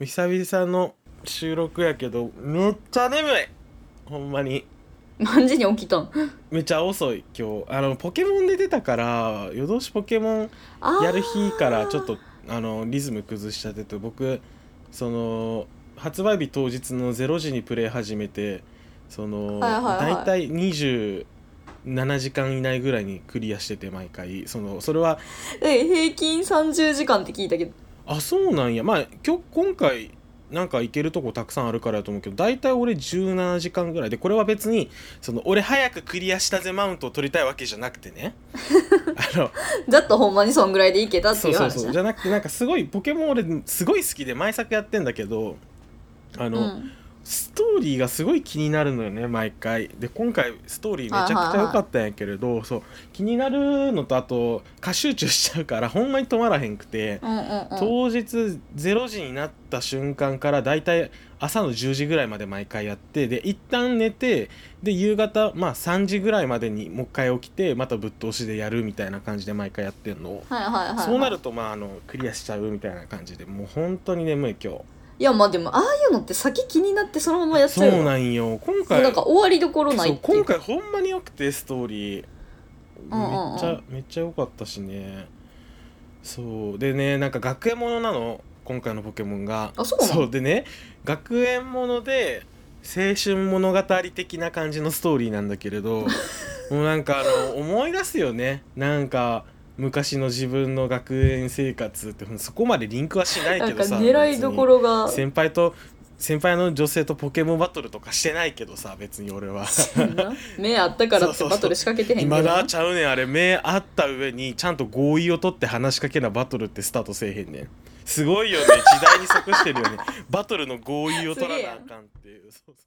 久々の収録やけどめっちゃ眠い。ほんまに何時に起きたん？ めっちゃ遅い今日。ポケモンで出たから夜通しポケモンやる日からちょっとリズム崩しちゃってて、僕その発売日当日の0時にプレイ始めて、だいたい27時間以内ぐらいにクリアしてて、毎回それは平均30時間って聞いたけど。 そうなんや。まあ今回なんか行けるとこたくさんあるからやと思うけど、だいたい俺17時間ぐらいで、これは別に俺早くクリアしたぜマウントを取りたいわけじゃなくてねだったほんまにそんぐらいでいけたっていう話。 そうじゃなくて、なんかすごいポケモン俺すごい好きで毎作やってんだけど、ストーリーがすごい気になるのよね、毎回で。今回ストーリーめちゃくちゃ良かったんやけれど、そう気になるのと、あと過集中しちゃうからほんまに止まらへんくて、当日0時になった瞬間からだいたい朝の10時ぐらいまで毎回やって、で一旦寝て、で夕方3時ぐらいまでにもう一回起きてまたぶっ通しでやるみたいな感じで毎回やってんの。そうなるとクリアしちゃうみたいな感じで、もう本当に眠い今日。 いやでもああいうのって先気になってそのままやっちゃうよ。 そうなんよ。今回なんか終わりどころないっていう。 今回ほんまに良くて、ストーリーめっちゃ良かったしね。そうでね、なんか学園ものなの今回のポケモンが。そうでね、学園もので青春物語的な感じのストーリーなんだけれどもうなんか思い出すよね。なんか昔の自分の学園生活って、そこまでリンクはしないけどさ、 狙いどころが先輩の女性とポケモンバトルとかしてないけどさ、別に俺は目あったからってバトル仕掛けてへんけど。 まだちゃうねん。あれ目あった上にちゃんと合意を取って話しかけなバトルってスタートせえへんねん。すごいよね、時代に即してるよねバトルの合意を取らなあかんっていう。そう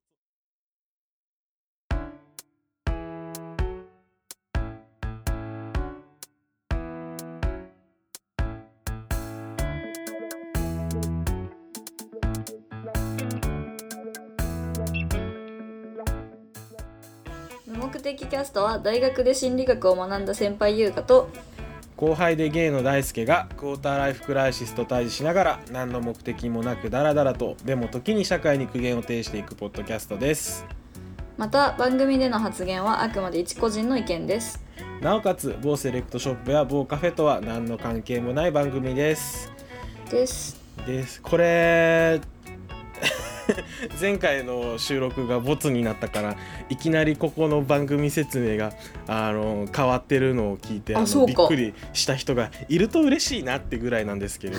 無目的キャストは大学で心理学を学んだ先輩優香と後輩でゲイの大輔がクォーターライフクライシスと対峙しながら、何の目的もなくダラダラと、でも時に社会に苦言を呈していくポッドキャストです。 また番組での発言はあくまで一個人の意見です。 なおかつ某セレクトショップや某カフェとは何の関係もない番組ですこれ前回の収録がボツになったから、いきなりここの番組説明が変わってるのを聞いて、びっくりした人がいると嬉しいなってぐらいなんですけれど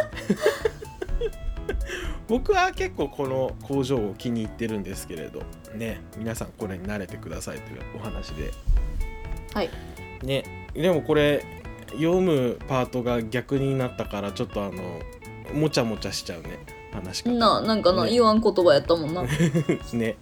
僕は結構この工場を気に入ってるんですけれどね、皆さんこれに慣れてくださいというお話で、 はいね。でもこれ読むパートが逆になったから、ちょっともちゃもちゃしちゃうね、話し方なんか言わん言葉やったもんなね。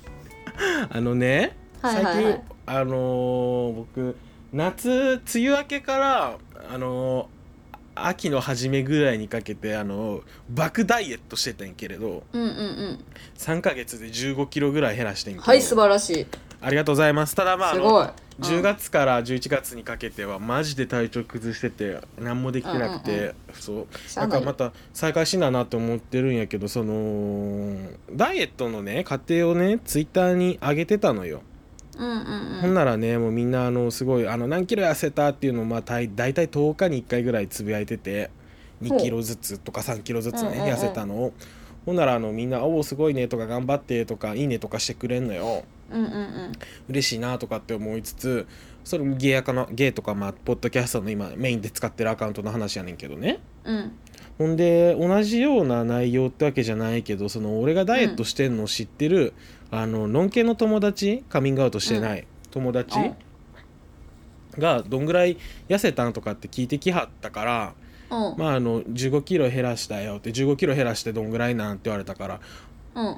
最近僕夏梅雨明けから秋の初めぐらいにかけて爆ダイエットしてたんやけれど、3ヶ月で15キロぐらい減らしてんけど。 はい、素晴らしい、 ありがとうございます。ただすごい、 10月から11月にかけてはマジで体調崩してて何もできてなくて、そうなんかまた再開しななって思ってるんやけど、ダイエットのね過程をねツイッターに上げてたのよ。ほんならね、もうみんなすごい何キロ痩せたっていうのをだいたい10日に1回ぐらいつぶやいてて、2キロずつとか3キロずつね痩せたのを。ほんならみんなおおすごいねとか頑張ってとかいいねとかしてくれんのよ。嬉しいなとかって思いつつ、それゲイとかポッドキャストの今メインで使ってるアカウントの話やねんけどね。ほんで同じような内容ってわけじゃないけど、俺がダイエットしてんのを知ってる、ノン系の友達、カミングアウトしてない友達がどんぐらい痩せたんとかって聞いてきはったから、15キロ減らしたよって、15キロ減らしてどんぐらいなんって言われたから、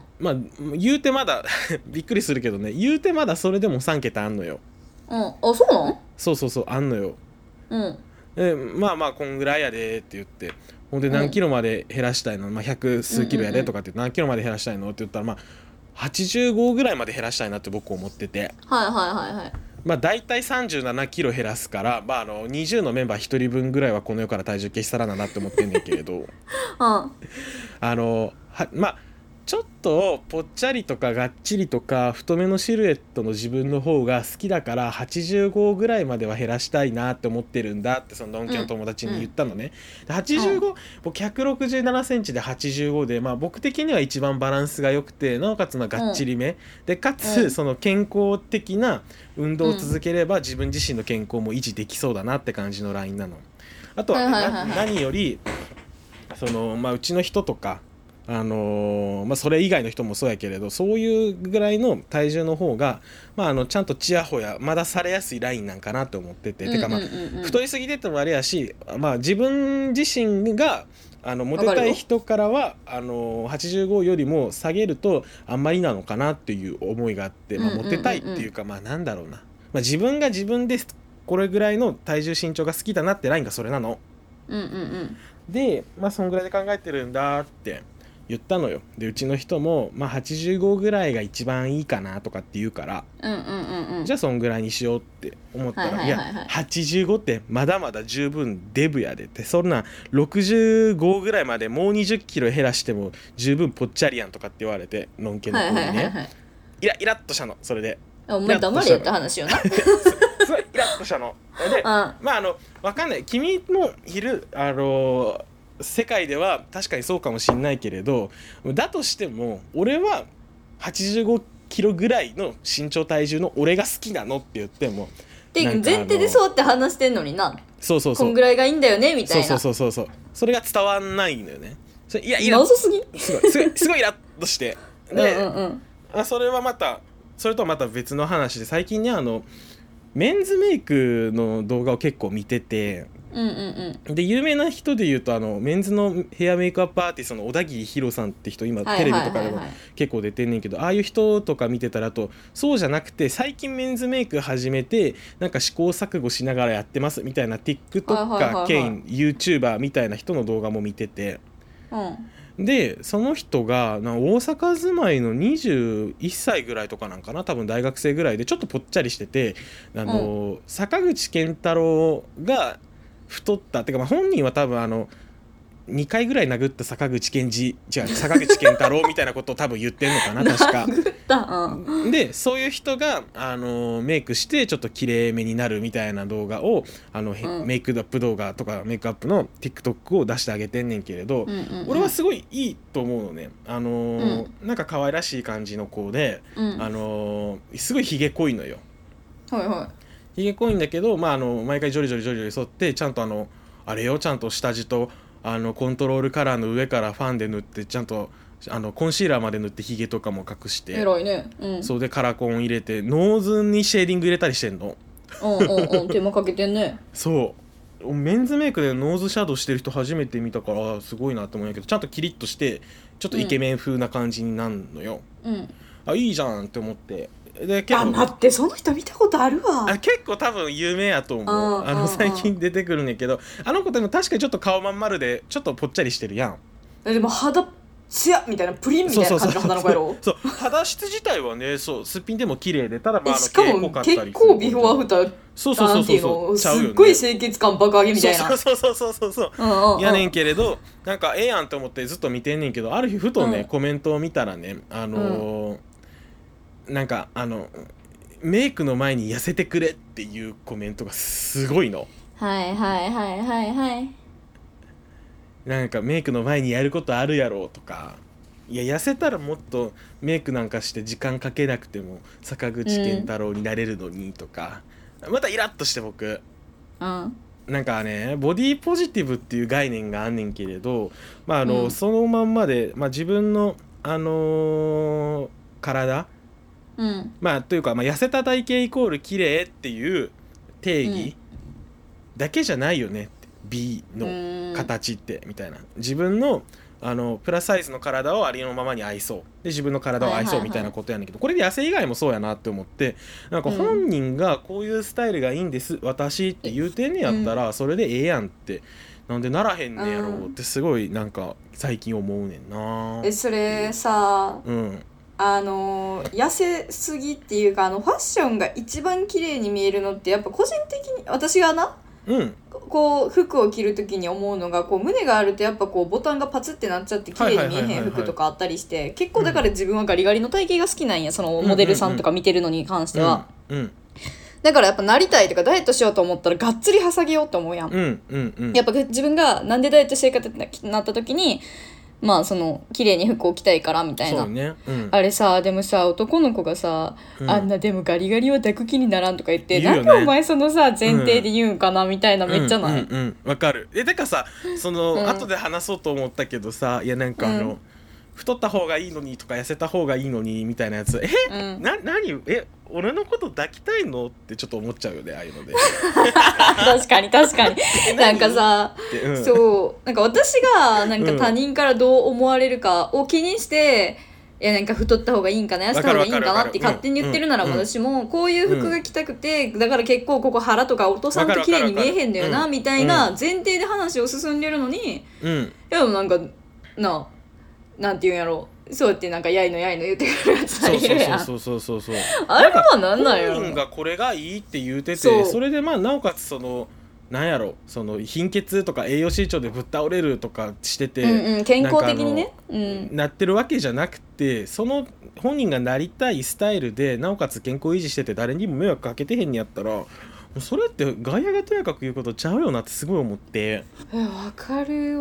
言うてまだびっくりするけどね、言うてまだそれでも3桁あんのよ。 そうなん？ そうあんのよ。でこんぐらいやでって言って、ほんで何キロまで減らしたいの、100数キロやでとかって何キロまで減らしたいのって言ったら85ぐらいまで減らしたいなって僕思ってて、 まあ大体37キロ減らすから、まあ、20のメンバー1人分ぐらいはこの世から体重消し去らななって思ってんねんけれどうんまあちょっとぽっちゃりとかがっちりとか太めのシルエットの自分の方が好きだから85ぐらいまでは減らしたいなって思ってるんだってそのドンキの友達に言ったのね、で85、僕167センチで85で、まあ、僕的には一番バランスが良くてなおかつがっちりめ、でかつその健康的な運動を続ければ自分自身の健康も維持できそうだなって感じのラインなの。あとは何よりまあ、うちの人とかまあ、それ以外の人もそうやけれどそういうぐらいの体重の方が、まあ、ちゃんとチヤホヤまだされやすいラインなんかなと思ってて、てかまあ太りすぎててもあれやし、まあ、自分自身がモテたい人からは85よりも下げるとあんまりなのかなっていう思いがあって、まあ、モテたいっていうか、まあなんだろうな、まあ、自分が自分でこれぐらいの体重身長が好きだなってラインがそれなの。で、まあそんぐらいで考えてるんだって言ったのよ。でうちの人も、まあ、85ぐらいが一番いいかなとかって言うから、じゃあそんぐらいにしようって思ったら、いや85ってまだまだ十分デブやでって、そんな65ぐらいまでもう20キロ減らしても十分ぽっちゃりやんとかって言われて、のんけの子にね、イラッとしたの。それでお前黙れよって話よなすごいイラッとしたので、まあわかんない、君のいる世界では確かにそうかもしんないけれど、だとしても俺は85キロぐらいの身長体重の俺が好きなのって言ってもで前提でそうって話してんのにな、 そうこんぐらいがいいんだよねみたいな、 そうそれが伝わんないのよね。いや謎すぎすごいイラッとしてでそれはまたそれとはまた別の話で、最近ねメンズメイクの動画を結構見てて、で有名な人でいうとメンズのヘアメイクアップアーティストの小田切ヒロさんって人今テレビとかでも結構出てんねんけど、ああいう人とか見てたら、あとそうじゃなくて最近メンズメイク始めてなんか試行錯誤しながらやってますみたいな TikToker 兼 YouTuber みたいな人の動画も見てて、でその人が大阪住まいの21歳ぐらいとかなんかな、多分大学生ぐらいでちょっとぽっちゃりしてて、坂口健太郎が太ったってか、まあ、本人は多分2回ぐらい殴った坂口健太郎みたいなことを多分言ってんのかな確か殴った、 でそういう人がメイクしてちょっと綺麗めになるみたいな動画をメイクアップ動画とかメイクアップの TikTok を出してあげてんねんけれど、俺はすごいいいと思うのね。なんか可愛らしい感じの子で、すごいひげ濃いのよ。ひげ濃いんだけど、まあ、毎回ジョリジョリ剃ってちゃんとあれよ、ちゃんと下地とコントロールカラーの上からファンで塗ってちゃんとコンシーラーまで塗ってヒゲとかも隠して、 偉いね、 そうでカラコン入れてノーズにシェーディング入れたりしてんの。 手間かけてんね。 そうメンズメイクでノーズシャドウしてる人初めて見たからすごいなって思うんやけど、ちゃんとキリッとしてちょっとイケメン風な感じになるのよ。いいじゃんって思って、で結構待って、その人見たことあるわ。 結構多分有名やと思う。最近出てくるんやけど、あの子でも確かにちょっと顔まん丸でちょっとぽっちゃりしてるやん。 でも肌ツヤみたいなプリンみたいな感じの肌の子やろ。 そう肌質自体はね、そうすっぴんでも綺麗で、ただまあしかも結構ビフォーアフターなんていうの、すっごい清潔感爆上げみたいな。 そうやねんけれど、なんかええやんと思ってずっと見てんねんけど、ある日ふとね、コメントを見たらね、なんかメイクの前に痩せてくれっていうコメントがすごいの。なんかメイクの前にやることあるやろとか、いや痩せたらもっとメイクなんかして時間かけなくても坂口健太郎になれるのにとか、またイラッとして僕、なんかねボディポジティブっていう概念があんねんけれど、まあそのまんまで、まあ、自分の体、まあというか、まあ、痩せた体型イコール綺麗っていう定義だけじゃないよねって、美の形ってみたいな、自分のプラスサイズの体をありのままに愛そうで自分の体を愛そうみたいなことやねんけど、これで痩せ以外もそうやなって思って、なんか本人がこういうスタイルがいいんです私って言うてんねやったらそれでええやんって、なんでならへんねやろうってすごいなんか最近思うねんな。 それさ、 痩せすぎっていうかファッションが一番綺麗に見えるのってやっぱ個人的に私がな、こう服を着る時に思うのがこう胸があるとやっぱこうボタンがパツってなっちゃって綺麗に見えへん服とかあったりして結構だから自分はガリガリの体型が好きなんやそのモデルさんとか見てるのに関しては、だからやっぱなりたいとかダイエットしようと思ったらがっつりはさげようと思うやん、やっぱ自分がなんでダイエットしていかってなった時にまあその綺麗に服を着たいからみたいな、 ねあれさでもさ男の子がさ、あんなでもガリガリは抱く気にならんとか言ってなんでお前そのさ前提で言うんかなみたいなめっちゃないわかる。てかさその、後で話そうと思ったけどさいやなんか太った方がいいのにとか痩せた方がいいのにみたいなやつ何俺のこと抱きたいのってちょっと思っちゃうよねああいうので確かになんかさ、そうなんか私がなんか他人からどう思われるかを気にして、いやなんか太った方がいいんかな痩せた方がいいんかなって勝手に言ってるなら私もこういう服が着たくて、だから結構ここ腹とか落とさんと綺麗に見えへんのよなみたいな前提で話を進んでるのに、でもなんかなんていうんやろそうやってなんかやいの言ってくるやつあるやん。 そうあれはなんなんやろ。 本人がこれがいいって言うててそれでまあなおかつそのなんやろその貧血とか栄養失調でぶっ倒れるとかしてて、 健康的にねなってるわけじゃなくてその本人がなりたいスタイルでなおかつ健康維持してて誰にも迷惑かけてへんにやったらそれって外野がとやかく言うことちゃうよなってすごい思って。 わかる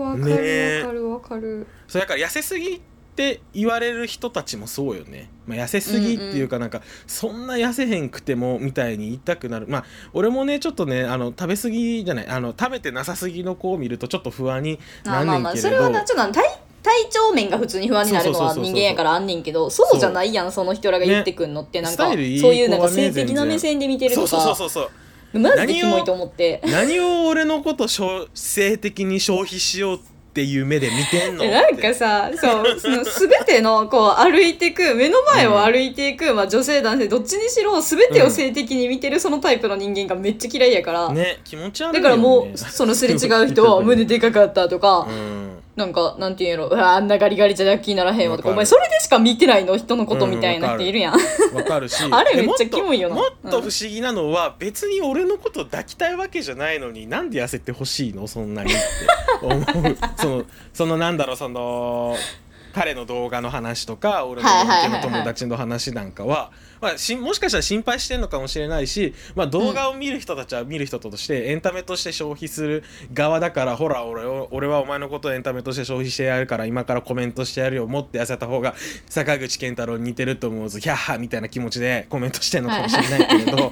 そうだから痩せすぎって言われる人たちもそうよね、痩せすぎっていうかなんか、そんな痩せへんくてもみたいに言いたくなる。俺もねちょっとね食べすぎじゃない食べてなさすぎの子を見るとちょっと不安になんねんけれど、 それはちょっと体調面が普通に不安になるのは人間やからあんねんけど、そうじゃないやんその人らが言ってくんのってなんかそういうなんか性的な目線で見てるとかマジでキモいと思って何を俺のこと性的に消費しようっていう目で見てんのなんかさその全てのこう歩いていく目の前を歩いていく、女性男性どっちにしろ全てを性的に見てるそのタイプの人間がめっちゃ嫌いやから、 気持ち悪いよね。 だからもうそのすれ違う人は胸でかかったとか、なんかなんていうんやろあんなガリガリじゃなきにならへんわとかお前それでしか見てないの人のことみたいな人いるやん、 わかるしあれめっちゃキモいよな。 もっと不思議なのは、別に俺のこと抱きたいわけじゃないのになんで痩せてほしいのそんなにって思うそのなんだろう彼の動画の話とか俺の友達の話なんかは、もしかしたら心配してんのかもしれないし、動画を見る人たちは見る人としてエンタメとして消費する側だから、ほら俺はお前のことをエンタメとして消費してやるから今からコメントしてやるよ、もっと痩せた方が坂口健太郎に似てると思うぞヒャッハみたいな気持ちでコメントしてんのかもしれないけれど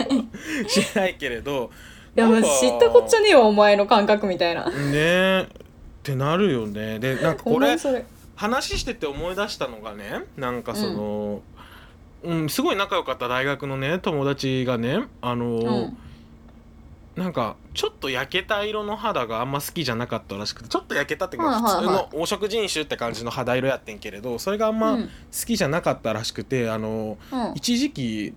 いや知ったこっちゃねえわお前の感覚みたいなねってなるよね。でなんかこれ話してて思い出したのがね、なんかすごい仲良かった大学のね友達がねなんかちょっと焼けた色の肌があんま好きじゃなかったらしくて、ちょっと焼けたっていうか普通の黄色人種って感じの肌色やってんけれど、それがあんま好きじゃなかったらしくて、一時期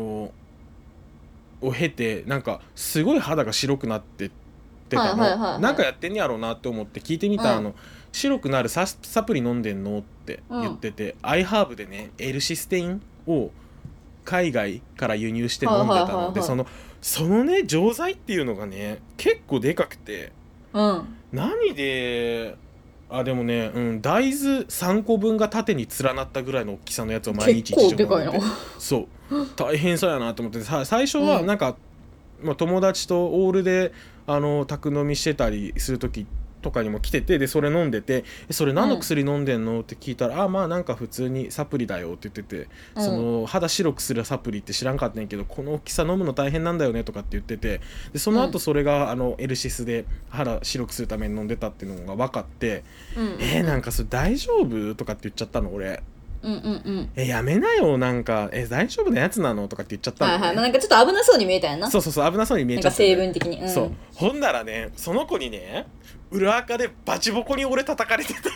を経てなんかすごい肌が白くなってってたの、なんかやってんやろうなって思って聞いてみたら、白くなるサプリ飲んでんのって言ってて、アイハーブでねエルシステインを海外から輸入して飲んでたので、そのね錠剤っていうのがね結構でかくて、何ででもね、大豆3個分が縦に連なったぐらいの大きさのやつを毎日結構でかいな。 そう大変そうやなと思って最初はなんか、友達とオールで宅飲みしてたりする時とかにも来てて、でそれ飲んでて、それ何の薬飲んでんのって聞いたら、なんか普通にサプリだよって言ってて、その肌白くするサプリって知らんかったんやけどこの大きさ飲むの大変なんだよねとかって言ってて、でその後それがエルシスで肌白くするために飲んでたっていうのが分かって、なんかそれ大丈夫とかって言っちゃったの俺。やめなよなんか大丈夫なやつなのとかって言っちゃったの、ね、 なんかちょっと危なそうに見えたやんな。 そう危なそうに見えちゃった、 ね、なんか成分的に、 そうほんならねその子にね裏垢でバチボコに俺叩かれてて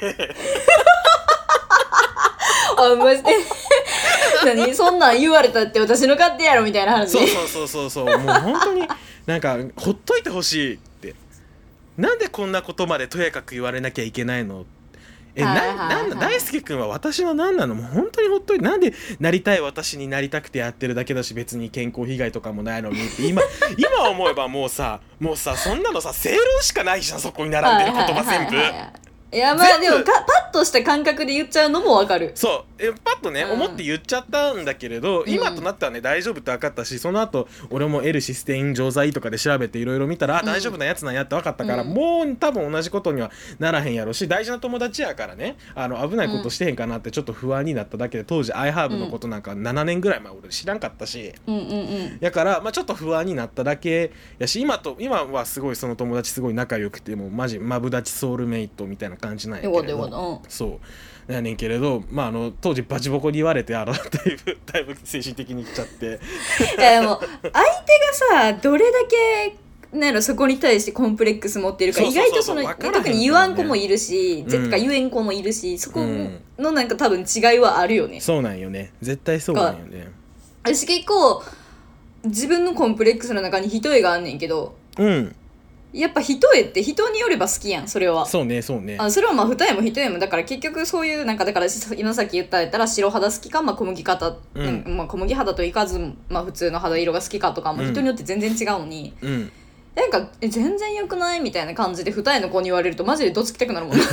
マジで何そんなん言われたって私の勝手やろみたいな話。 そうもう本当になんかほっといてほしいって、なんでこんなことまでとやかく言われなきゃいけないの。 大輔君は私の何なの、もう本当にほっといて、なんでなりたい私になりたくてやってるだけだし別に健康被害とかもないのにって今思えばもうさそんなのさ正論しかないじゃん、そこに並んでる言葉全部。 いやまあでもパッとした感覚で言っちゃうのもわかる。 そうパッとね、思って言っちゃったんだけれど、今となってはね大丈夫って分かったし、その後俺も L システイン錠剤とかで調べていろいろ見たら、大丈夫なやつなんやって分かったから、もう多分同じことにはならへんやろし、大事な友達やからね、危ないことしてへんかなってちょっと不安になっただけで、当時 iHerb のことなんか7年ぐらい前俺知らんかったし、やから、ちょっと不安になっただけやし、今はすごいその友達すごい仲良くて、もうマジマブダチソウルメイトみたいな感じなんやけれど、そうやねんけれど、当時バチボコに言われてだいぶ精神的にいっちゃってでも相手がさどれだけそこに対してコンプレックス持ってるか、意外と特に言わん子もいるし、絶対言えん子もいるし、そこのなんか多分違いはあるよね。 そうなんよね、絶対そうなんよね。 私結構自分のコンプレックスの中に一重があんねんけど、やっぱ一重って人によれば好きやん、それは。 そうねそれは二重も一重もだから、結局そういうだから今さっき言ったら白肌好きか、小麦肌、小麦肌といかず、普通の肌色が好きかとかも人によって全然違うのに、なんか全然良くないみたいな感じで二重の子に言われるとマジでどつきたくなるもん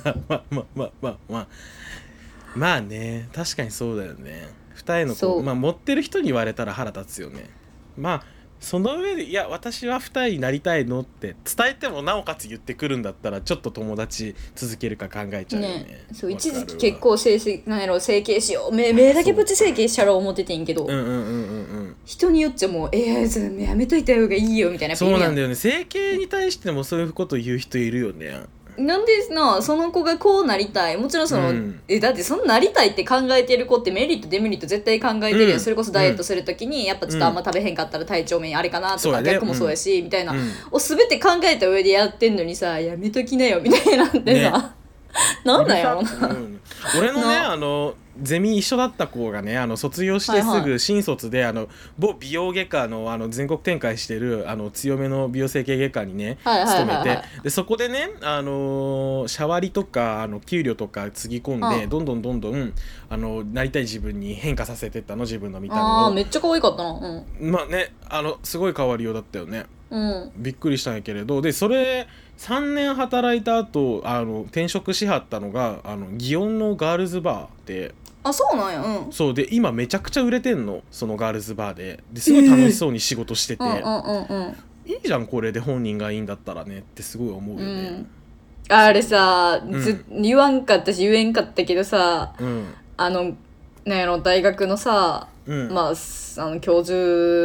まあね、確かにそうだよね。二重の子、持ってる人に言われたら腹立つよね。その上でいや私は二重になりたいのって伝えてもなおかつ言ってくるんだったら、ちょっと友達続けるか考えちゃうよね。 そう一時期結構整形しよう、目だけプチ整形しちゃろう思っててんけど、人によっちゃもうやめといた方がいいよみたいな。 そうなんだよね、整形に対してもそういうこと言う人いるよね。 なんでその子がこうなりたい、もちろんだってそのなりたいって考えてる子ってメリットデメリット絶対考えてるよ、それこそダイエットするときにやっぱちょっとあんま食べへんかったら体調面あれかなとか、逆もそうやし、みたいなを全て考えた上でやってんのにさ、やめときなよみたいなんてさ、なんだよ俺のねゼミ一緒だった子がね、卒業してすぐ新卒で某美容外科の全国展開してる強めの美容整形外科にね勤めて、でそこでねシャワリとか給料とかつぎ込んで、どんどんなりたい自分に変化させてったの、自分の見た目を。 めっちゃ可愛かったな。 すごい変わりようだったよね。びっくりしたんやけれど、でそれ3年働いた後転職しはったのが祇園のガールズバーで。 そうなんや。 そうで今めちゃくちゃ売れてんの、そのガールズバーですごい楽しそうに仕事してて、いいじゃんこれで本人がいいんだったらねってすごい思うよね。 あれさ、言わんかったし言えんかったけどさ、なんやろ、大学のさ、教授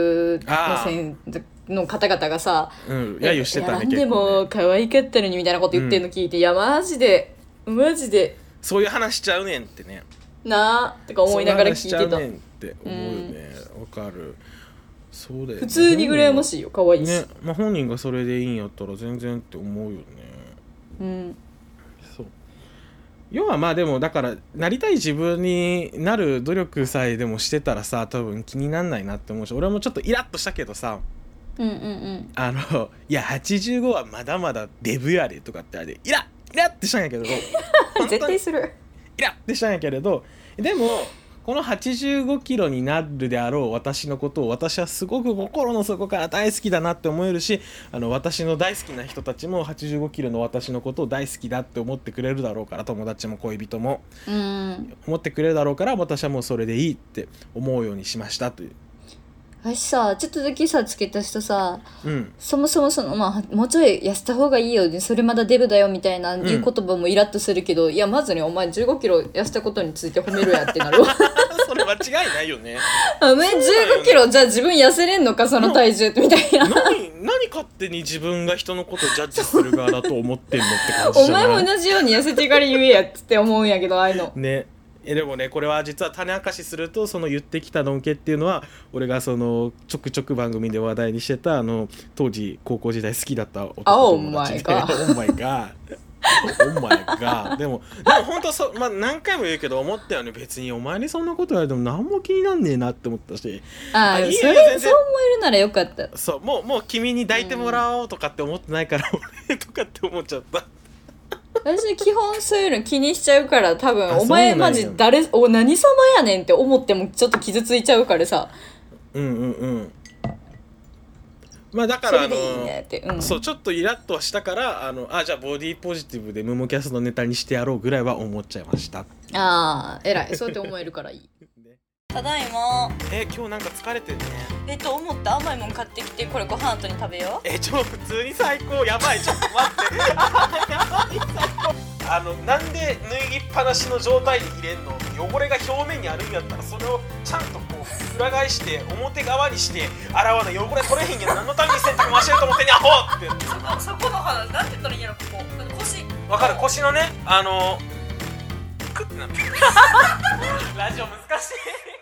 の方々がさ、 揶揄してたね。 なんでも可愛かったのにみたいなこと言ってんの聞いて、いやマジでそういう話しちゃうねんってね、 なあとか思いながら聞いてた。 そういう話しちゃうねんって思うよね。わかる。そうだよね。 普通に羨ましいよ、可愛いしね。本人がそれでいいんやったら全然って思うよね。そう。要はでもだからなりたい自分になる努力さえでもしてたらさ、多分気になんないなって思うし、俺もちょっとイラッとしたけどさ、いや85はまだまだデブやでとかってあれイラッってしたんやけど絶対するイラッってしたんやけれど、でもこの85キロになるであろう私のことを私はすごく心の底から大好きだなって思えるし、私の大好きな人たちも85キロの私のことを大好きだって思ってくれるだろうから、友達も恋人も思ってくれるだろうから、私はもうそれでいいって思うようにしましたという。 私さ、ちょっとだけさ付け足すとさ、そもそももうちょい痩せた方がいいよ、それまだデブだよみたいないう言葉もイラッとするけど、いやまずね、お前15キロ痩せたことについて褒めろやってなるわそれ間違いないよね。 お前15キロじゃあ自分痩せれんのか、その体重みたいな何勝手に自分が人のことジャッジする側だと思ってんのって感じじゃない？ お前も同じように痩せてから言えやって思うんやけど、ああいうのね。でもね、これは実は種明かしすると、その言ってきたのんけっていうのは、俺がそのちょくちょく番組で話題にしてた当時高校時代好きだった男友達で、オーマイガーでも本当何回も言うけど思ったよね。別にお前にそんなこと言われても何も気になんねえなって思ったし、いいそう思えるならよかった。 そう、もう君に抱いてもらおうとかって思ってないから、俺とかって思っちゃった私基本そういうの気にしちゃうから多分お前そうなんやマジ何様やねんって思ってもちょっと傷ついちゃうからさ。 まあだからそれでいいねって、 そうちょっとイラッとはしたからじゃあボディポジティブでムモキャスのネタにしてやろうぐらいは思っちゃいました。 偉い、そうやって思えるからいいただいま。 今日なんか疲れてるね。 思った甘いもん買ってきて、これご飯後に食べよう。 普通に最高。やばい、ちょっと待ってやばい、最高。なんで脱ぎっぱなしの状態で入れんの。汚れが表面にあるんやったらそれをちゃんとこう裏返して表側にして洗わない。汚れ取れへんけど何のために洗濯回してると思ってんねんアホって。 そこの話なんて言ったらいいんやろ。ここ腰わかる。腰のねクッてなってラジオ難しい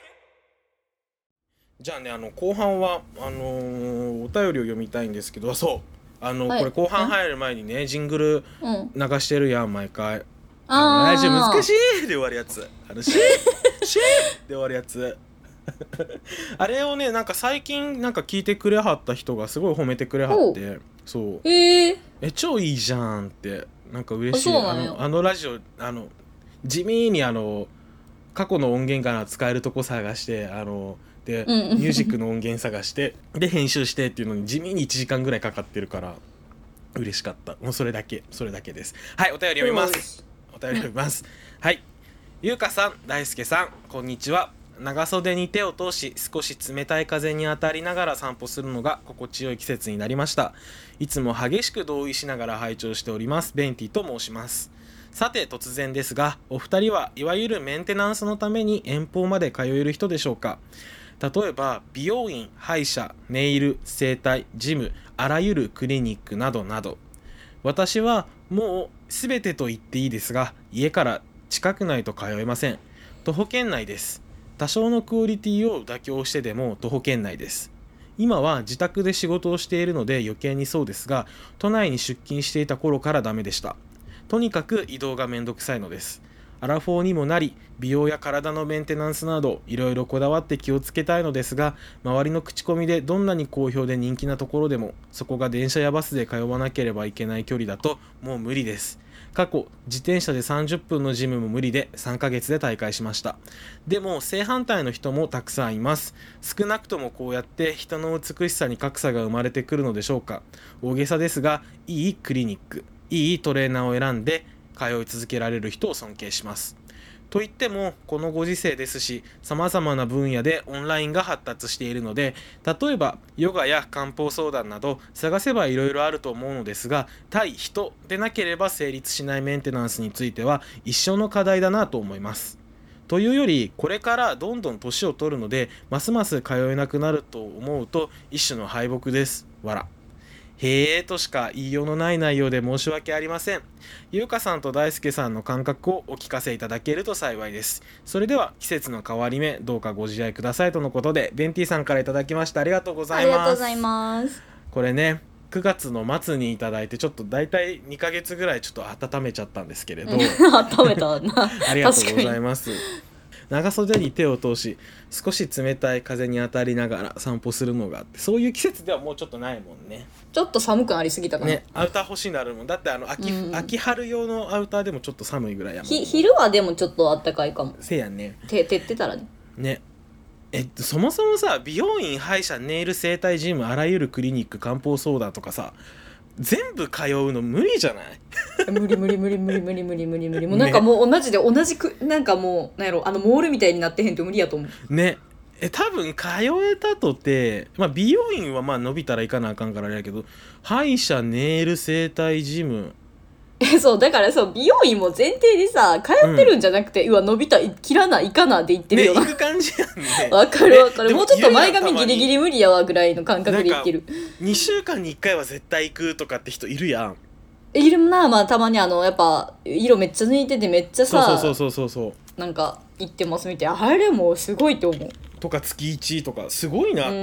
じゃあね後半はお便りを読みたいんですけど、そうはい、これ後半入る前にねジングル流してるやん毎回。ラジオ難しいで終わるやつ。シーで終わるやつあれをねなんか最近なんか聞いてくれはった人がすごい褒めてくれはって、そう超いいじゃんってなんか嬉しい。ラジオ地味に過去の音源から使えるとこ探してでミュージックの音源探してで編集してっていうのに地味に1時間ぐらいかかってるから嬉しかった。もうそれだけです。はい、お便り読みます。はい、ゆうかさん、大輔さん、こんにちは。長袖に手を通し少し冷たい風に当たりながら散歩するのが心地よい季節になりました。いつも激しく同意しながら拝聴しておりますベンティと申します。さて突然ですが、お二人はいわゆるメンテナンスのために遠方まで通える人でしょうか。例えば美容院、歯医者、ネイル、整体、ジム、あらゆるクリニックなどなど。私はもう全てと言っていいですが、家から近くないと通えません。徒歩圏内です。多少のクオリティを妥協してでも徒歩圏内です。今は自宅で仕事をしているので余計にそうですが、都内に出勤していた頃からダメでした。とにかく移動がめんどくさいのです。アラフォーにもなり、美容や体のメンテナンスなどいろいろこだわって気をつけたいのですが、周りの口コミでどんなに好評で人気なところでも、そこが電車やバスで通わなければいけない距離だともう無理です。過去自転車で30分のジムも無理で3ヶ月で退会しました。でも正反対の人もたくさんいます。少なくともこうやって人の美しさに格差が生まれてくるのでしょうか。大げさですが、いいクリニック、いいトレーナーを選んで通い続けられる人を尊敬します。といってもこのご時世ですし、様々な分野でオンラインが発達しているので、例えばヨガや漢方相談など探せばいろいろあると思うのですが、対人でなければ成立しないメンテナンスについては一生の課題だなと思います。というより、これからどんどん年を取るのでますます通えなくなると思うと一種の敗北です。わら。へえとしか言いようのない内容で申し訳ありません。ゆうかさんと大輔さんの感覚をお聞かせいただけると幸いです。それでは季節の変わり目、どうかご自愛くださいとのことで、ベンティさんからいただきました。ありがとうございます。 ありがとうございます。 これね、9月の末にいただいて、ちょっとだいたい2ヶ月ぐらいちょっと温めちゃったんですけれど温めたなありがとうございます。長袖に手を通し少し冷たい風に当たりながら散歩するのがあって、そういう季節ではもうちょっとないもんね。 ちょっと寒くなりすぎたかな、ね、 アウター欲しいなるもん。だって秋春用のアウターでもちょっと寒いぐらいやもん。 昼はでもちょっと暖かいかも。 せやね。 照ってたらね。そもそもさ、美容院、歯医者、ネイル、整体、ジム、あらゆるクリニック、漢方相談とかさ、全部通うの無理じゃない無理もうなんかもう同じくなんかもうなんやろモールみたいになってへんと無理やと思うね。多分通えたとて、美容院は伸びたら行かなあかんからあれやけど、歯医者、ネイル、整体、ジムそうだから美容院も前提でさ通ってるんじゃなくて、うわ伸びた切らな行かなって言ってるよな、 行く感じやんね。 わかるもうちょっと前髪ギリギリ無理やわぐらいの感覚で言ってる。 2週間に1回は絶対行くとかって人いるやん。 いるな。たまにやっぱ色めっちゃ抜いててめっちゃさ、 そうなんか行ってますみたいな、あれもすごいと思う。 とか月1とかすごいなって。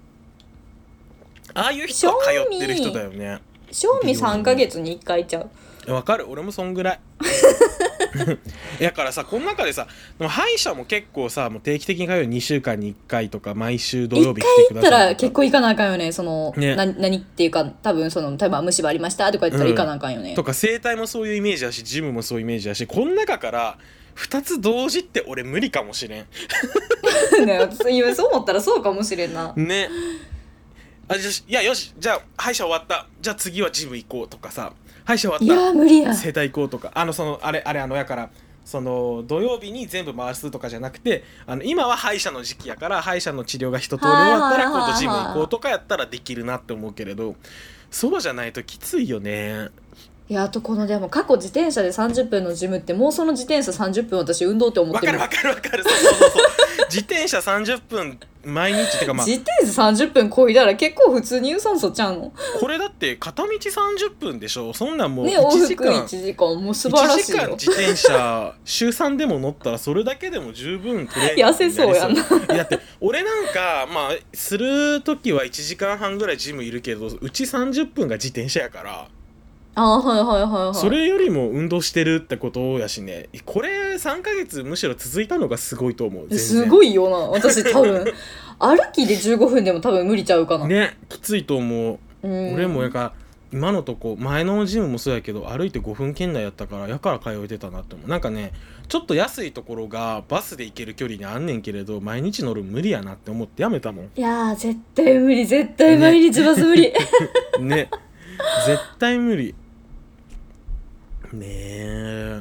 ああいう人は通ってる人だよね。 賞味3ヶ月に1回ちゃう。 わかる、俺もそんぐらいだからさこの中でさ歯医者も結構さもう定期的に通う2週間に1回とか毎週土曜日来てくださいとか 1回行ったら結構行かなあかんよねそのね何っていうか多分その例えば虫歯ありましたとか言ったら行かなあかんよね、 とか整体もそういうイメージだしジムもそういうイメージだしこの中から2つ同時って俺無理かもしれんね私そう思ったらそうかもしれんなねいやよしじゃあ歯医者終わったじゃあ次はジム行こうとかさ歯医者終いわったや無理や整体行こうとかやからその土曜日に全部回すとかじゃなくて今は歯医者の時期やから歯医者の治療が一通り終わったら今度ジム行こうとかやったらできるなって思うけれどそうじゃないときついよね。 いやあとこのでも過去自転車で30分のジムってもうその自転車30分私運動って思ってるわかるそう自転車30分毎日ってか自転車30分こいだら結構普通に有酸素ちゃうのこれだって片道30分でしょそんなんもうね 1時間、 往復1時間もう素晴らしいよ 1時間自転車週3でも乗ったらそれだけでも十分トレーニングになり痩せそうやなだって俺なんかする時は1時間半ぐらいジムいるけどうち30分が自転車やからはい、 それよりも運動してるってことやしねこれ3ヶ月むしろ続いたのがすごいと思う全然すごいよな私多分歩きで15分でも多分無理ちゃうかなねきついと思う俺もやから今のとこ前のジムもそうやけど歩いて5分圏内やったからやから通えてたなって思うなんかねちょっと安いところがバスで行ける距離にあんねんけれど毎日乗る無理やなって思ってやめたもんいやー絶対無理絶対毎日バス無理ね絶対無理ねえ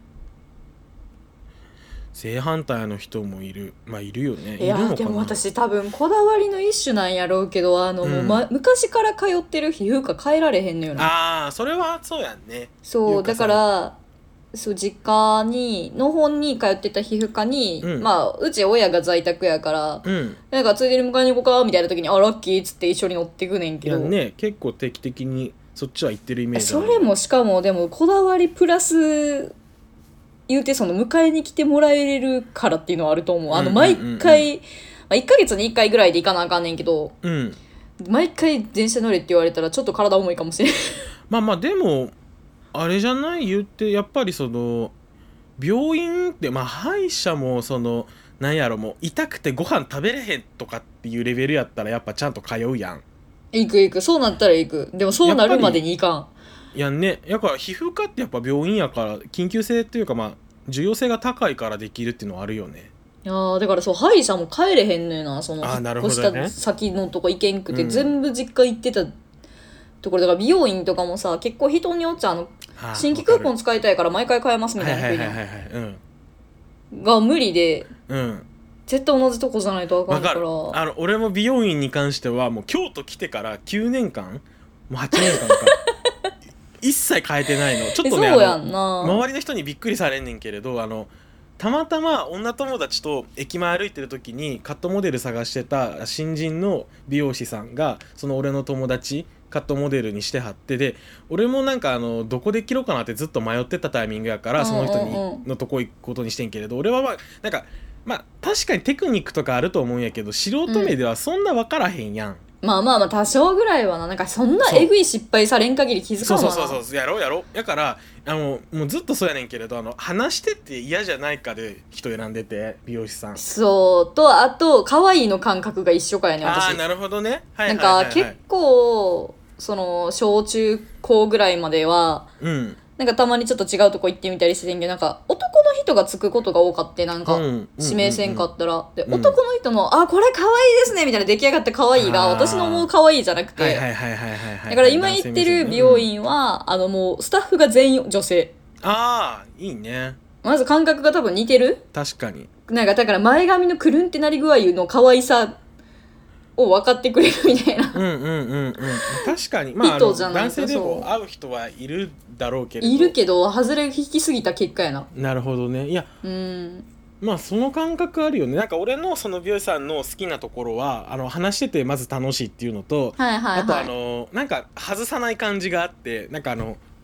正反対の人もいるいるよねいやいるのかなでも私多分こだわりの一種なんやろうけど昔から通ってる皮膚科変えられへんのよなそれはそうやんねそうだからそう実家の方に通ってた皮膚科に、うち親が在宅やから、なんかついでに迎えに行こうかみたいな時にラッキーっつって一緒に乗ってくねんけどいやね結構定期的にそっちは行ってるイメージそれもしかもでもこだわりプラス言うてその迎えに来てもらえれるからっていうのはあると思う毎回、1ヶ月に1回ぐらいで行かなあかんねんけど、毎回電車乗れって言われたらちょっと体重いかもしれないでもあれじゃない言ってやっぱりその病院って歯医者もそのなんやろもう痛くてご飯食べれへんとかっていうレベルやったらやっぱちゃんと通うやん行くそうなったら行くでもそうなるまでに行かんいやねやから皮膚科ってやっぱ病院やから緊急性っていうか重要性が高いからできるっていうのはあるよねいやだからそう歯医者も帰れへんのよなそのなるほど、ね、 引っ越した先のとこ行けんくて、全部実家行ってたところだから美容院とかもさ結構人によっちゃ新規クーポン使いたいから毎回買えますみたいな人が無理で、絶対同じとこじゃないと分かんないから俺も美容院に関してはもう京都来てから9年間もう8年間か一切変えてないのちょっとねそうやんな周りの人にびっくりされんねんけれどたまたま女友達と駅前歩いてる時にカットモデル探してた新人の美容師さんがその俺の友達カットモデルにしてはってで俺もなんかどこで切ろうかなってずっと迷ってたタイミングやからその人のとこ行くことにしてんけれど俺はなんか確かにテクニックとかあると思うんやけど素人目ではそんな分からへんやん、 多少ぐらいはなんかそんなえぐい失敗されん限り気づかんわなそうやろうやからもうずっとそうやねんけれど話してって嫌じゃないかで人選んでて美容師さんそうとあと可愛いの感覚が一緒かやね私なるほどねなんか結構その小中高ぐらいまでは、なんかたまにちょっと違うとこ行ってみたりしてんけどなんか男の人がつくことが多かってなんか指名せんかったらで男の人のこれ可愛いですねみたいな出来上がった可愛いが私の思う可愛いじゃなくてだから今行ってる美容院はもうスタッフが全員女性いいねまず感覚が多分似てる確かになんかだから前髪のくるんってなり具合の可愛さを分かってくれるみたいな確かに男性でも会う人はいるだろうけれどいるけど外れ引きすぎた結果やななるほどねいやその感覚あるよねなんか俺のその美容師さんの好きなところは話しててまず楽しいっていうのと、あとなんか外さない感じがあってなんか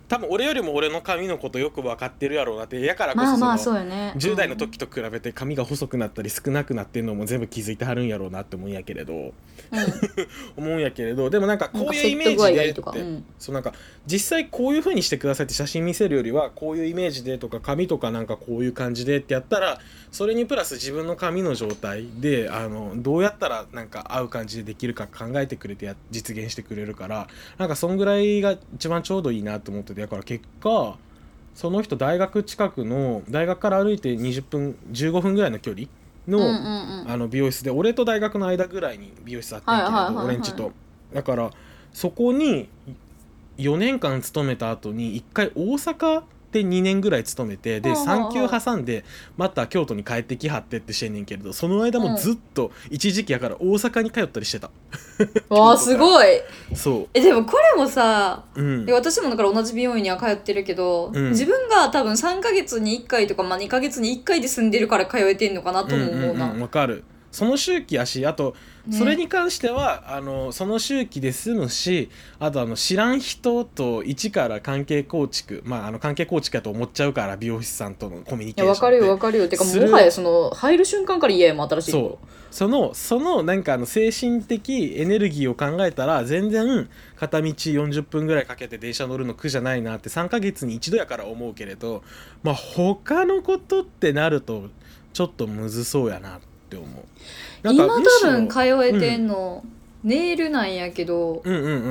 多分俺よりも俺の髪のことよく分かってるやろうなって、やからこそそうよね、 10代の時と比べて髪が細くなったり少なくなってるのも全部気づいてはるんやろうなって思うんやけれど、思うんやけれど、でもなんかこういうイメージでって、そうなんか実際こういう風にしてくださいって写真見せるよりは、こういうイメージでとか髪とかなんかこういう感じでってやったら、それにプラス自分の髪の状態でどうやったらなんか合う感じでできるか考えてくれて実現してくれるから、なんかそんぐらいが一番ちょうどいいなと思ってて、だから結果その人大学近くの、大学から歩いて20分15分ぐらいの距離の、美容室で、俺と大学の間ぐらいに美容室あってんけど、俺んちと、だからそこに4年間勤めた後に1回大阪で2年ぐらい勤めて、で産休挟んでまた京都に帰ってきはってってしてんねんけれど、その間もずっと一時期やから大阪に通ったりしてた。 わあすごい。 そうでもこれもさ、私もだから同じ美容院には通ってるけど、自分が多分3ヶ月に1回とか、2ヶ月に1回で住んでるから通えてんのかなとも思うな。 わかる。その周期やし、あとそれに関しては、その周期で済むし、あと知らん人と一から関係構築、関係構築やと思っちゃうから、美容師さんとのコミュニケーションって。 わかるよわかるよ。てかもはやその入る瞬間から嫌やもん、新しい子。そのなんか精神的エネルギーを考えたら、全然片道40分ぐらいかけて電車乗るの苦じゃないなって3ヶ月に一度やから思うけれど、他のことってなるとちょっとむずそうやなって思う。 今多分通えてんの、ネイルなんやけど、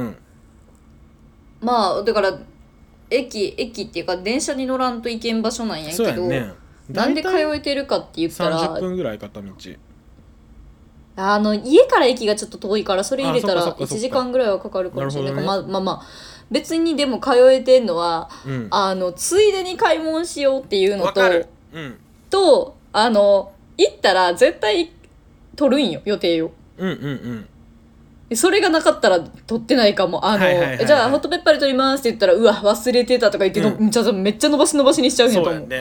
だから駅っていうか電車に乗らんと行けん場所なんやけど、なんで通えてるかって言ったら 30分ぐらい片道。 家から駅がちょっと遠いから、それ入れたら1時間ぐらいはかかるかもしれない。別にでも通えてんのは、ついでに買い物しようっていうのと、行ったら絶対取るんよ、予定を。それがなかったら取ってないかも。じゃあホットペッパーで取りますって言ったら、うわ忘れてたとか言って、めっちゃ伸ばしにしちゃうんやと思う。そうやね。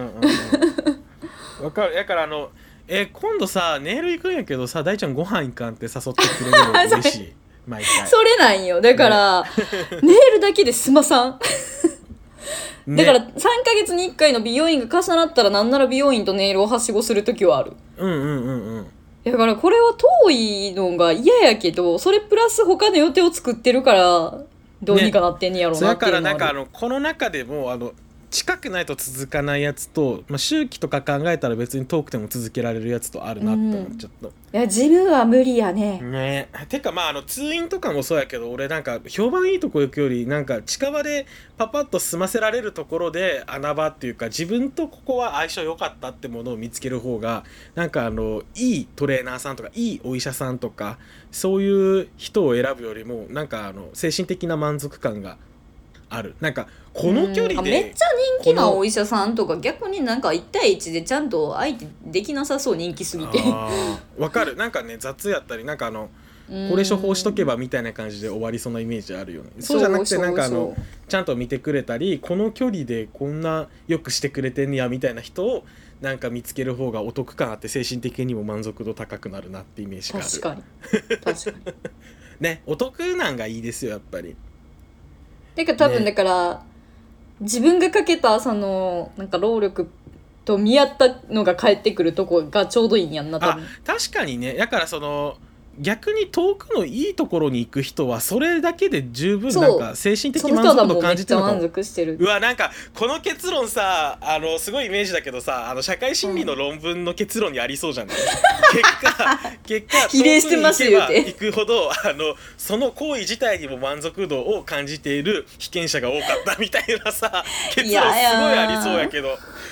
わかる。だから今度さネイル行くんやけどさ、大ちゃんご飯行かんって誘ってくれるの嬉しい。毎回それなんよ。だから、ネイルだけで済まさん。だから3ヶ月に1回の美容院が重なったら、なんなら美容院とネイルをはしごするときはある。だからこれは遠いのが嫌やけど、それプラス他の予定を作ってるからどうにかなってんねやろうなっていうのはある。 だからなんかこの中でも近くないと続かないやつと、周期とか考えたら別に遠くても続けられるやつとあるなって思っちゃった。いや自分は無理やね。 てか通院とかもそうやけど、俺なんか評判いいとこ行くより、なんか近場でパパッと済ませられるところで穴場っていうか、自分とここは相性良かったってものを見つける方が、なんかいいトレーナーさんとかいいお医者さんとかそういう人を選ぶよりも、なんか精神的な満足感がある。なんかこの距離でめっちゃ人気なお医者さんとか、逆になんか1対1でちゃんと相手できなさそう、人気すぎて。 わかる。なんかね雑やったり、なんかこれ処方しとけばみたいな感じで終わりそうなイメージあるよね。そうじゃなくて、なんかちゃんと見てくれたり、この距離でこんなよくしてくれてんねやみたいな人をなんか見つける方がお得感あって、精神的にも満足度高くなるなってイメージがある。 確かにね、お得なんがいいですよやっぱり。 てか多分だから、自分がかけたそのなんか労力と見合ったのが返ってくるとこがちょうどいいんやんな、多分。 確かにね。だから逆に遠くのいいところに行く人はそれだけで十分なんか精神的満足度感じてるのかも。うわ、なんかこの結論さ、すごいイメージだけどさ、社会心理の論文の結論にありそうじゃない？結果比例してますよって行くほどその行為自体にも満足度を感じている被験者が多かったみたいなさ結論すごいありそうやけど、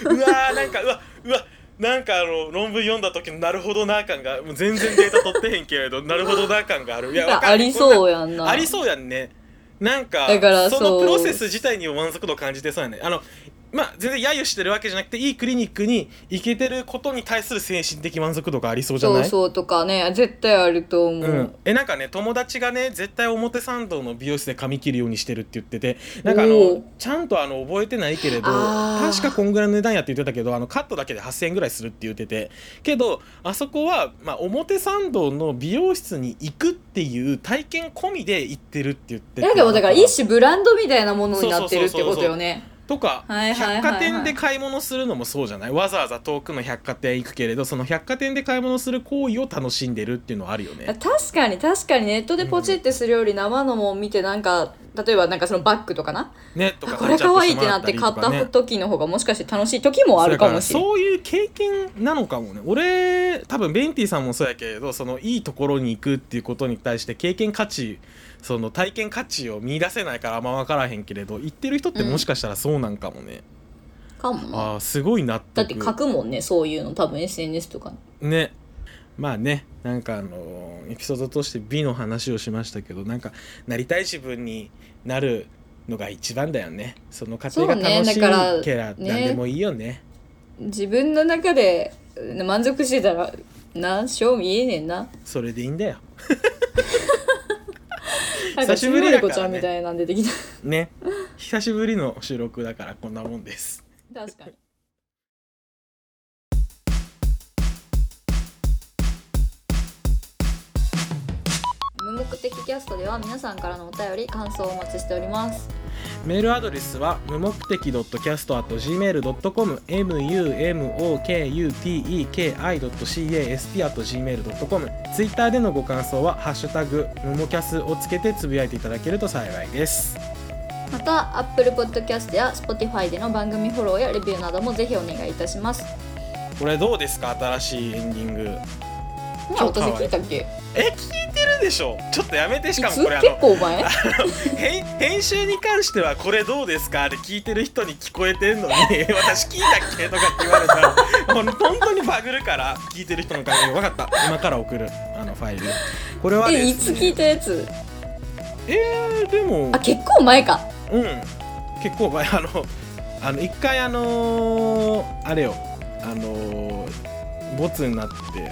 なんか論文読んだ時のなるほどな感が、もう全然データ取ってへんけれどなるほどな感がある。いやありそうやんな。 ありそうやんね。なんかだからそのプロセス自体にも満足度感じてそうやね。 まあ全然揶揄してるわけじゃなくて、いいクリニックに行けてることに対する精神的満足度がありそうじゃない？ そうとかね、絶対あると思う、 なんかね、友達がね絶対表参道の美容室で髪切るようにしてるって言ってて、なんかちゃんと覚えてないけれど確かこんぐらいの値段やって言ってたけど、カットだけで8000円ぐらいするって言ってて、けどあそこは、まあ、表参道の美容室に行くっていう体験込みで行ってるって言ってて、 なんかもうだから一種ブランドみたいなものになってるってことよね。 とか、百貨店で買い物するのもそうじゃない？わざわざ遠くの百貨店行くけれど、その百貨店で買い物する行為を楽しんでるっていうのはあるよね。 確かにネットでポチってするより生のもん見て、なんか例えばなんかそのバッグとかな、 ね、とかこれ可愛いってなって買った時の方がもしかして楽しい時もあるかもしれない。 そういう経験なのかもね。俺多分ベンティさんもそうやけれど、そのいいところに行くっていうことに対して経験価値、その体験価値を見出せないからあんま分からへんけれど、行ってる人ってもしかしたらそうなんかもね、 かもな。 あ、すごい納得。 だって書くもんね、そういうの多分 SNS とかね。まあね、なんかエピソードとして美の話をしましたけど、なんかなりたい自分になるのが一番だよね。その過程が楽しいから何でもいいよね。 自分の中で満足してたら賞味ええねんな。 それでいいんだよ。 久しぶりだからね。ちゃんみたいなん出てきたね。久しぶりの収録だからこんなもんです。 確かに。無目的キャストでは皆さんからのお便り感想をお待ちしております。 メールアドレスは無目的.cast@gmail.com mumokuteki.cast@gmail.com。 ツイッターでのご感想はハッシュタグムモキャスをつけてつぶやいていただけると幸いです。 また Apple Podcast や Spotify での番組フォローやレビューなどもぜひお願いいたします。 これどうですか？新しいエンディング。 私聞いたっけ？ 聞いてるでしょ。ちょっとやめて。しかもこれ結構前編集に関してはこれどうですかで聞いてる人に聞こえてんのに私聞いたっけとかって言われたら本当にバグるから、聞いてる人の関係分かった。今から送るファイル。これはですね、 いつ聞いたやつ？ でも結構前か。 結構前。一回あれよ、ボツになって、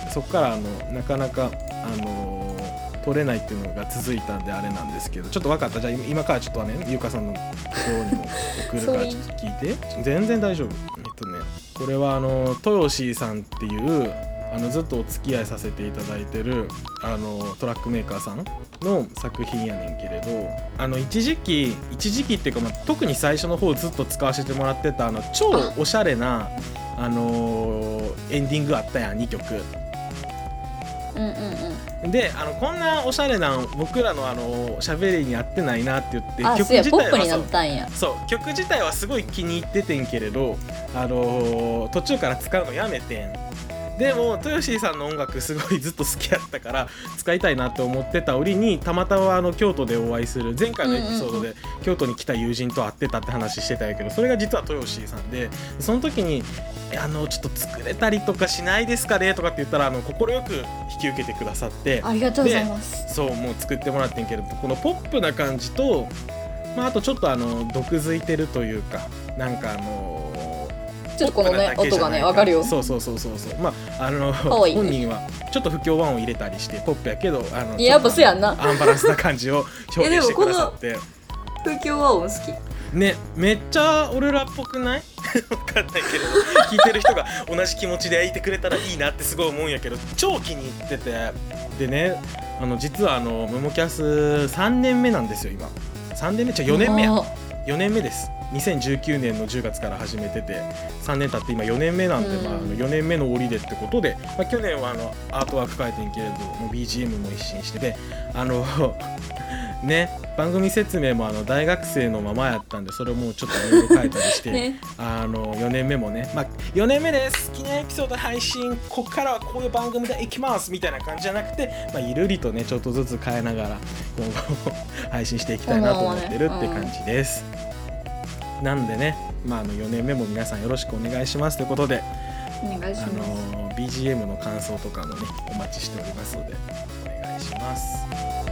そこからなかなか取れないっていうのが続いたんであれなんですけど、ちょっと分かった。じゃあ今からちょっとね、ゆうかさんのところにも送るからちょっと聞いて。全然大丈夫。これは豊志さんっていうずっとお付き合いさせていただいてるトラックメーカーさんの作品やねんけれど、一時期っていうか、特に最初の方ずっと使わせてもらってた超おしゃれなエンディングあったやん、2曲。でこんなおしゃれな僕らの喋りに合ってないなって言って、曲自体はポップになったんや。そう曲自体はすごい気に入っててんけれど、途中から使うのやめてん。でも豊志さんの音楽すごいずっと好きやったから使いたいなって思ってた折に、たまたま京都でお会いする、前回のエピソードで京都に来た友人と会ってたって話してたんやけど、それが実は豊志さんで、その時にちょっと作れたりとかしないですかねとかって言ったら快く引き受けてくださって、 ありがとうございます。 そうもう作ってもらってんけど、このポップな感じと、あとちょっと毒づいてるというか、なんかちょっとこのね音がね分かるよ。 そう本人はちょっと不協和音入れたりしてポップやけどやっぱそうやんな、 アンバランスな感じを表現してくださって不協和音好きね。めっちゃ俺らっぽくない？分かんないけど聞いてる人が同じ気持ちでいてくれたらいいなってすごい思うんやけど、超気に入ってて。でね、実はムモキャス3年目なんですよ今。3年目4年目や4年目です。2019年の10月から始めてて3年経って今4年目なんで、4年目の折でってことで、去年はアートワーク変えてんけれども BGM も一新しててね、番組説明も大学生のままやったんで、それをもうちょっといろいろ変えたりして、ね、4年目もね、4年目です記念エピソード配信、ここからはこういう番組でいきますみたいな感じじゃなくて、ゆるりとねちょっとずつ変えながら今後配信していきたいなと思ってるって感じです。なんでね、4年目も皆さんよろしくお願いしますということで、 お願いします。 BGM の感想とかもねお待ちしておりますのでお願いします。